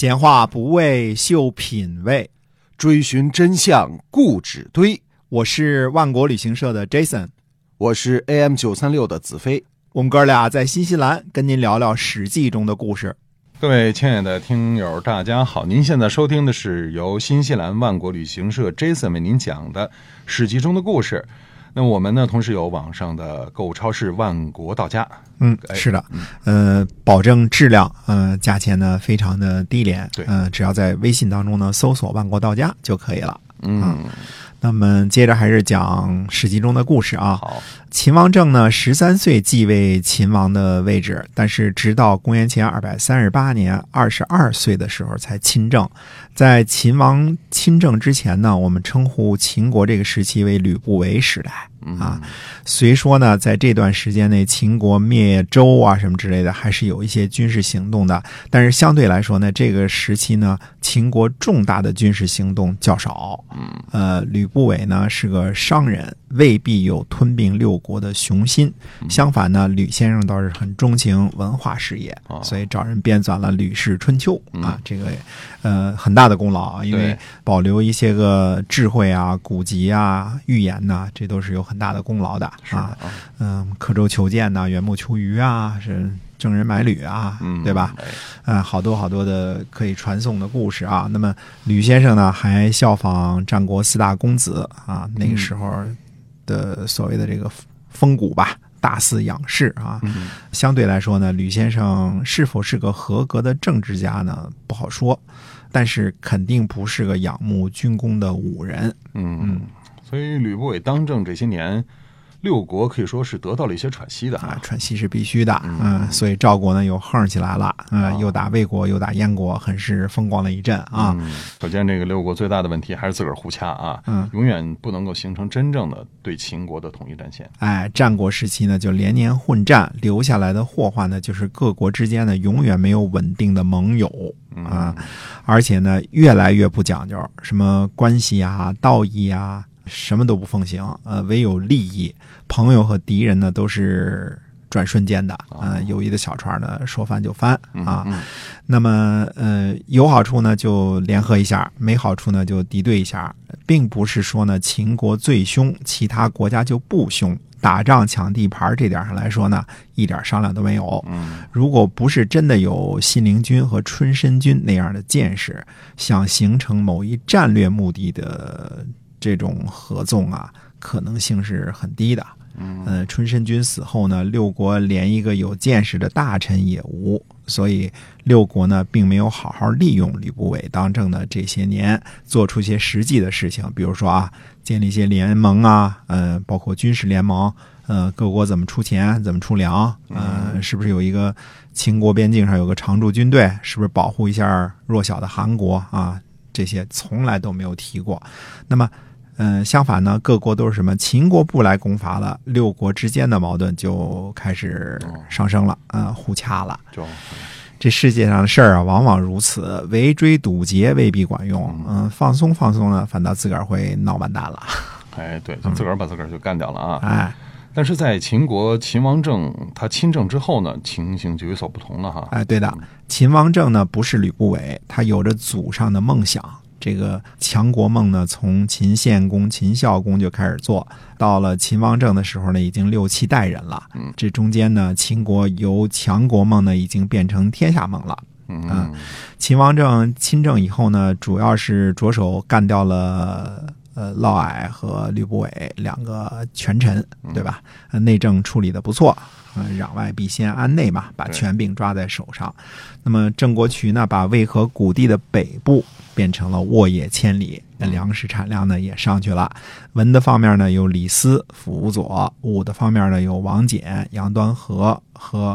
闲话不为秀品味， 追寻真相固执堆。 我是万国旅行社的 Jason， 我是 AM936 的子飞。 我们哥俩在新西兰跟您聊聊史记中的故事。 各位亲爱的听友大家好，您现在收听的是由新西兰万国旅行社 Jason 为您讲的史记中的故事。那我们呢，同时有网上的购物超市万国到家。 是的，保证质量，价钱呢非常的低廉。 对， 只要在微信当中呢搜索万国到家就可以了。那么接着还是讲史记中的故事啊。 好， 秦王政呢13岁继位秦王的位置，但是直到公元前238年22岁的时候才亲政。在秦王亲政之前呢，我们称呼秦国这个时期为吕不韦时代啊。虽说呢在这段时间内秦国灭周啊什么之类的还是有一些军事行动的，但是相对来说呢，这个时期呢秦国重大的军事行动较少。吕不韦呢是个商人，未必有吞并六国的雄心。相反呢，吕先生倒是很钟情文化事业，所以找人编纂了《吕氏春秋》啊，这个很大的功劳啊，因为保留一些个智慧啊、古籍啊、寓言呐，这都是有很大的功劳的啊。刻舟求剑呐、缘木求鱼啊，是郑人买履啊，对吧？好多好多的可以传颂的故事啊。那么吕先生呢，还效仿战国4大公子啊，那个时候的所谓的这个风骨吧，大肆仰视啊。相对来说呢，吕先生是否是个合格的政治家呢，不好说，但是肯定不是个仰慕军功的武人。 所以吕不韦当政这些年，六国可以说是得到了一些喘息的啊， 喘息是必须的。所以赵国呢又横起来了，又打魏国又打燕国，很是风光了一阵啊。 可见这个六国最大的问题还是自个儿互掐啊，永远不能够形成真正的对秦国的统一战线。 战国时期呢就连年混战，留下来的祸患呢就是各国之间呢永远没有稳定的盟友啊，而且呢越来越不讲究什么关系啊、道义啊，什么都不奉行，唯有利益。朋友和敌人呢都是转瞬间的，友谊的小船呢说翻就翻啊。那么有好处呢就联合一下，没好处呢就敌对一下，并不是说呢秦国最凶，其他国家就不凶。打仗抢地盘这点上来说呢，一点商量都没有。如果不是真的有信陵君和春申君那样的见识，想形成某一战略目的的这种合纵啊，可能性是很低的。春申君死后呢，六国连一个有见识的大臣也无，所以六国呢并没有好好利用吕不韦当政的这些年，做出一些实际的事情，比如说啊，建立一些联盟啊，包括军事联盟，各国怎么出钱，怎么出粮，是不是有一个秦国边境上有个常驻军队，是不是保护一下弱小的韩国啊？这些从来都没有提过。那么相反呢，各国都是什么？秦国不来攻伐了，六国之间的矛盾就开始上升了，互掐了。这世界上的事儿啊，往往如此，围追堵截未必管用。放松放松呢，反倒自个儿会闹完蛋了。 对，就自个儿把自个儿就干掉了啊。但是在秦国秦王政他亲政之后呢，情形就有所不同了哈。 对的，秦王政呢不是吕不韦，他有着祖上的梦想。这个强国梦呢，从秦献公、秦孝公就开始做，到了秦王政的时候呢，已经6、7代人了。这中间呢，秦国由强国梦呢，已经变成天下梦了。秦王政亲政以后呢，主要是着手干掉了嫪毐和吕不韦2个权臣，对吧？内政处理的不错。攘外必先安内嘛，把权柄抓在手上。那么郑国渠呢，把渭河谷地的北部变成了沃野千里，粮食产量呢也上去了。文的方面呢有李斯、辅佐，武的方面呢有王翦、杨端和和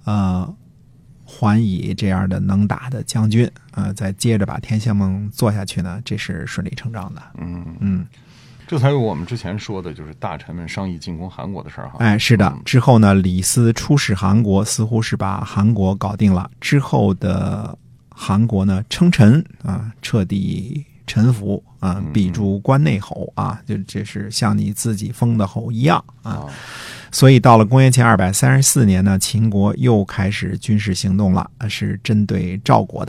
桓乙这样的能打的将军。再接着把天下梦做下去呢，这是顺理成章的。 这才有我们之前说的，就是大臣们商议进攻韩国的事儿哈。 是的。之后呢，李斯出使韩国，似乎是把韩国搞定了。之后的韩国呢，称臣啊，彻底臣服啊，比诸关内侯啊，就这是像你自己封的侯一样啊。所以到了公元前234年呢，秦国又开始军事行动了，是针对赵国的。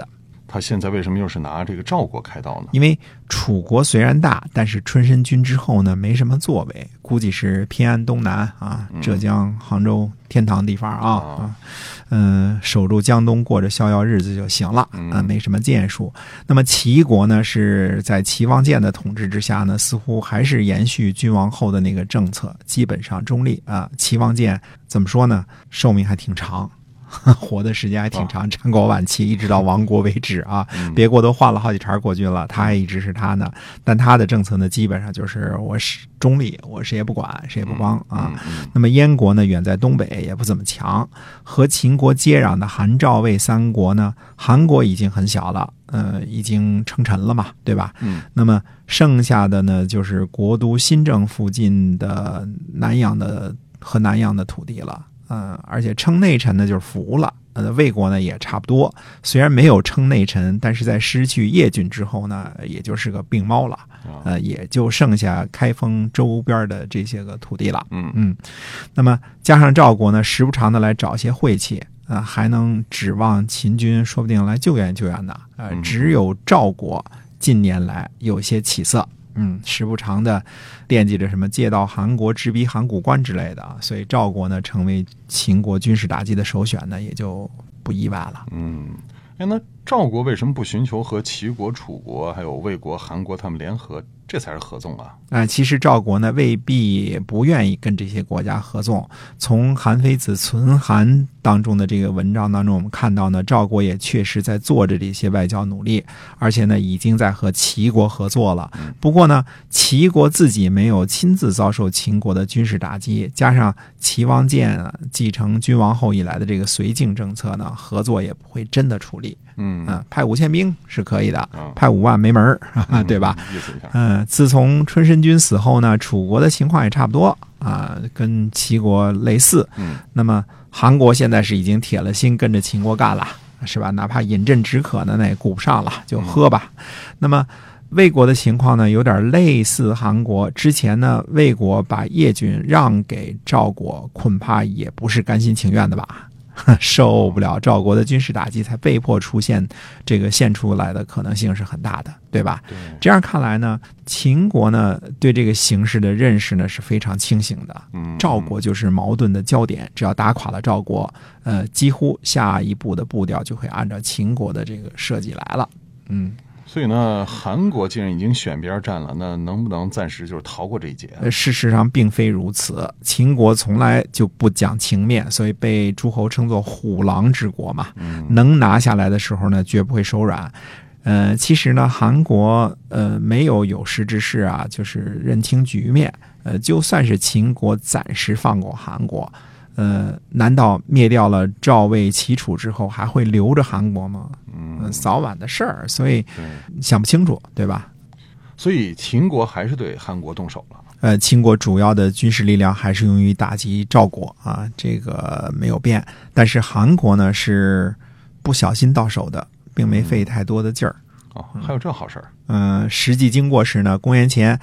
他现在为什么又是拿这个赵国开刀呢？ 因为楚国虽然大，但是春申君之后呢，没什么作为，估计是偏安东南啊，浙江、杭州、天堂地方守住江东，过着逍遥日子就行了啊，没什么建树。那么齐国呢，是在齐王建的统治之下呢，似乎还是延续君王后的那个政策，基本上中立啊。齐王建怎么说呢？寿命还挺长。活的时间还挺长，战国晚期一直到亡国为止啊，别国都换了好几茬国君了，他还一直是他呢。但他的政策呢，基本上就是我是中立，我谁也不管，谁也不帮啊。那么燕国呢，远在东北，也不怎么强。和秦国接壤的韩赵魏三国呢，韩国已经很小了，已经称臣了嘛，对吧？那么剩下的呢，就是国都新郑附近的南阳的土地了。而且称内臣呢就是服了，魏国呢也差不多，虽然没有称内臣，但是在失去叶郡之后呢，也就是个病猫了，也就剩下开封周边的这些个土地了。那么加上赵国呢，时不常的来找些晦气，还能指望秦军说不定来救援的，只有赵国近年来有些起色。时不常的惦记着什么借道韩国直逼函谷关之类的，所以赵国呢成为秦国军事打击的首选呢，也就不意外了。 那赵国为什么不寻求和齐国、楚国还有魏国、韩国他们联合？这才是合纵啊！ 其实赵国呢未必不愿意跟这些国家合纵。从韩非子存韩当中的这个文章当中，我们看到呢，赵国也确实在做着这些外交努力，而且呢已经在和齐国合作了。不过呢，齐国自己没有亲自遭受秦国的军事打击，加上齐王建继承君王后以来的这个绥靖政策呢，合作也不会真的出力。派5000兵是可以的，派5万没门儿，对吧？ 意思一下。 自从春申君死后呢，楚国的情况也差不多跟齐国类似。那么韩国现在是已经铁了心跟着秦国干了，是吧？哪怕饮鸩止渴呢，那也顾不上了，就喝吧。那么魏国的情况呢，有点类似韩国。之前呢，魏国把叶郡让给赵国，恐怕也不是甘心情愿的吧？受不了赵国的军事打击，才被迫出现这个献出来的可能性是很大的，对吧？ 对。 这样看来呢，秦国呢对这个形势的认识呢是非常清醒的。赵国就是矛盾的焦点，只要打垮了赵国，几乎下一步的步调就会按照秦国的这个设计来了。 所以呢，韩国既然已经选边站了，那能不能暂时就是逃过这一劫？ 事实上并非如此，秦国从来就不讲情面，所以被诸侯称作虎狼之国嘛。能拿下来的时候呢，绝不会手软。其实呢，韩国没有识之士啊，就是认清局面。就算是秦国暂时放过韩国，难道灭掉了赵魏齐楚之后还会留着韩国吗？早晚的事儿，所以想不清楚，对吧？ 所以秦国还是对韩国动手了。 秦国主要的军事力量还是用于打击赵国啊，这个没有变。但是韩国呢是不小心到手的，并没费太多的劲儿。 还有这好事儿。 实际经过是呢，公元前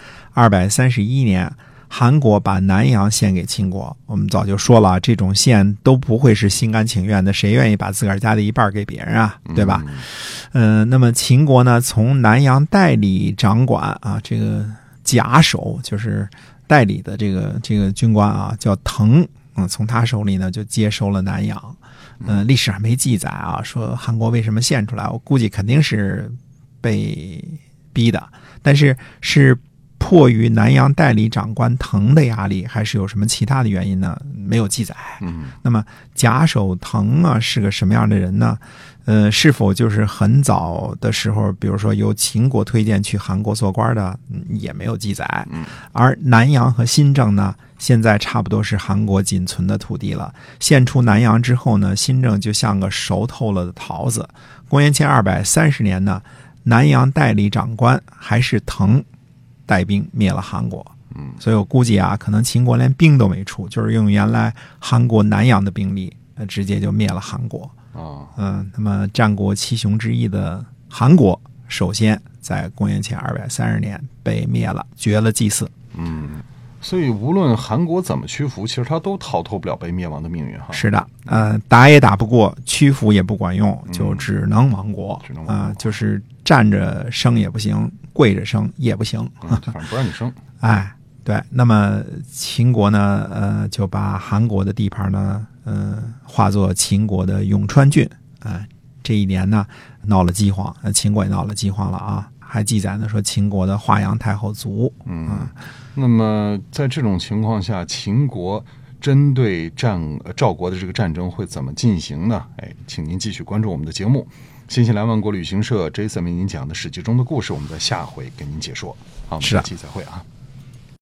231年。韩国把南阳献给秦国，我们早就说了，这种献都不会是心甘情愿的，谁愿意把自个儿家的一半给别人啊，对吧？那么秦国呢，从南阳代理掌管啊，这个甲首就是代理的这个军官啊，叫滕，从他手里呢就接收了南阳。历史上没记载啊，说韩国为什么献出来，我估计肯定是被逼的，但是迫于南阳代理长官滕的压力，还是有什么其他的原因呢？没有记载。那么甲首滕啊是个什么样的人呢？是否就是很早的时候，比如说由秦国推荐去韩国做官的，也没有记载。而南阳和新郑呢，现在差不多是韩国仅存的土地了。献出南阳之后呢，新郑就像个熟透了的桃子。公元前230年呢，南阳代理长官还是滕带兵灭了韩国。所以我估计啊，可能秦国连兵都没出，就是用原来韩国南阳的兵力，直接就灭了韩国。那么战国七雄之一的韩国，首先在公元前230年被灭了，绝了祭祀。 所以无论韩国怎么屈服，其实他都逃脱不了被灭亡的命运哈。 是的，打也打不过，屈服也不管用，就只能亡国。就是站着生也不行，跪着生也不行， 反正不让你生。 哎，对。那么秦国呢，就把韩国的地盘呢，划作秦国的永川郡。这一年呢，闹了饥荒，秦国也闹了饥荒了啊。还记载呢说秦国的华阳太后卒。 那么在这种情况下，秦国针对赵国的这个战争会怎么进行呢？请您继续关注我们的节目。新西兰万国旅行社 Jason 为您讲的史记中的故事，我们在下回给您解说。好，我们下期再会啊。